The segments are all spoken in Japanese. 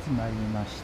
始まりました。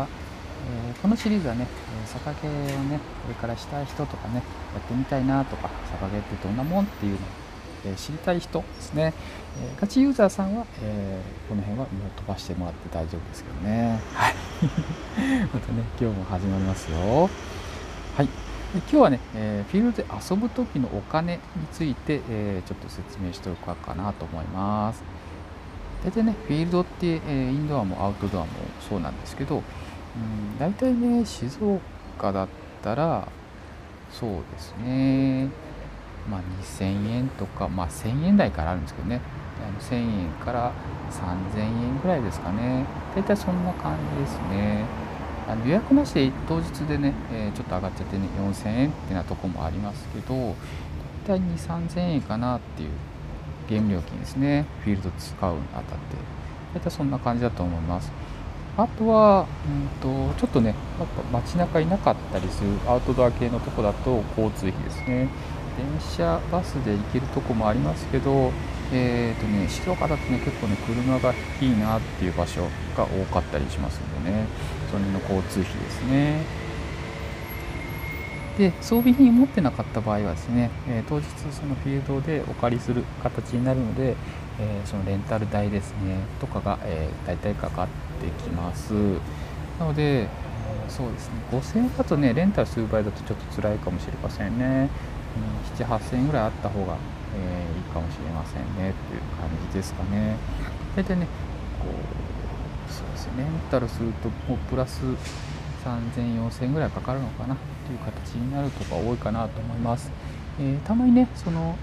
このシリーズはね、逆毛をね、これからしたい人とかね、やってみたいなとか、逆毛ってどんなもんっていうのを、知りたい人ですね。ガチユーザーさんは、この辺はもう飛ばしてもらって大丈夫ですけどね。はい。またね、今日も始まりますよ。はい。で今日はね、フィールドで遊ぶ時のお金について、ちょっと説明しておこうかなと思います。大体ね、フィールドって、インドアもアウトドアもそうなんですけど、大体ね、静岡だったら、そうですね、2000円とか、1000円台からあるんですけどね、1000円から3000円ぐらいですかね。大体そんな感じですね。予約なしで当日でね、ちょっと上がっちゃってね、4000円ってなとこもありますけど、大体2、3000円かなっていうゲーム料金ですね。フィールド使うにあたって。大体そんな感じだと思います。あとは、ちょっとね、やっぱ街中いなかったりするアウトドア系のとこだと交通費ですね。電車、バスで行けるとこもありますけど、静岡だとね、結構ね、車がいいなっていう場所が多かったりしますんでね、それの交通費ですね。で、装備品を持ってなかった場合はですね、当日そのフィールドでお借りする形になるので、そのレンタル代ですね、とかが、大体かかってきます。なので、そうですね、5000円だとね、レンタルする場合だとちょっと辛いかもしれませんね。7、8000円ぐらいあった方が、いいかもしれませんね、という感じですかね。大体ね、こう、そうですね、レンタルするともうプラス3000、4000ぐらいかかるのかなという形になるとか多いかなと思います。たまにね、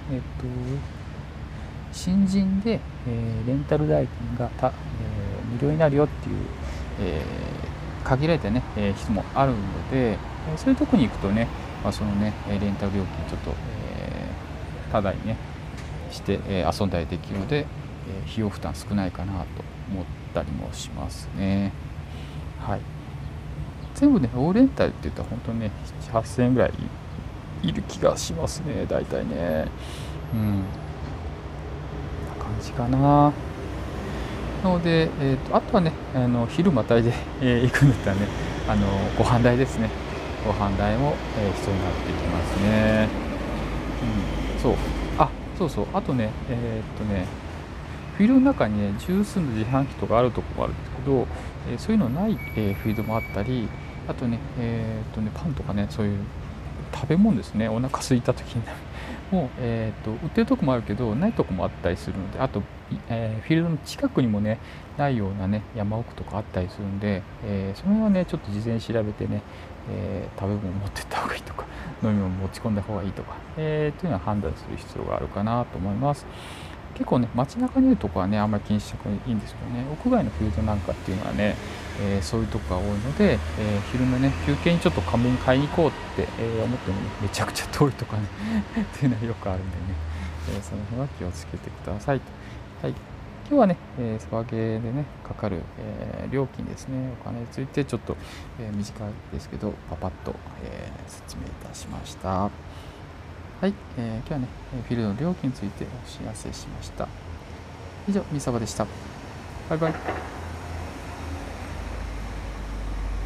新人で、レンタル代金が無料になるよっていう、限られたね、人もあるので、そういうとこに行くとね、そのね、レンタル料金ちょっと、タダにね、して、遊んだりできるので、費用負担少ないかなと思ったりもしますね。はい。全部ね、オーレンタルって言ったら本当にね、7、8000円ぐらいいる気がしますね、大体ね。うん。こんな感じかな。なので、あとはね、昼またいで、行くんだったらね、ご飯代ですね。ご飯代も、必要になってきますね。そう。そうそう。あとね、フィールドの中にね、十数の自販機とかあるとこもあるんですけど、そういうのない、フィールドもあったり、あとね、パンとかね、そういう食べ物ですね、お腹空いた時にもう、売ってるとこもあるけど、ないとこもあったりするので、あと、フィールドの近くにもね、ないようなね、山奥とかあったりするんで、その辺はね、ちょっと事前に調べてね、食べ物持ってった方がいいとか、飲み物持ち込んだ方がいいとか、というのは判断する必要があるかなと思います。結構ね、街中にいるとこはね、あんまり気にしなくていいんですけどね、屋外のフィールドなんかっていうのはね、そういうとこが多いので、昼のね、休憩にちょっとカメに買いに行こうって、思ってもね、めちゃくちゃ遠いとかねっていうのはよくあるんでね、その辺は気をつけてくださいと。はい。今日はね、サバゲーでね、かかる、料金ですね、お金についてちょっと、短いですけど、パパッと、説明いたしました。はい、今日はね、フィールドの料金についてお知らせしました。以上、みさばでした。バイバイ。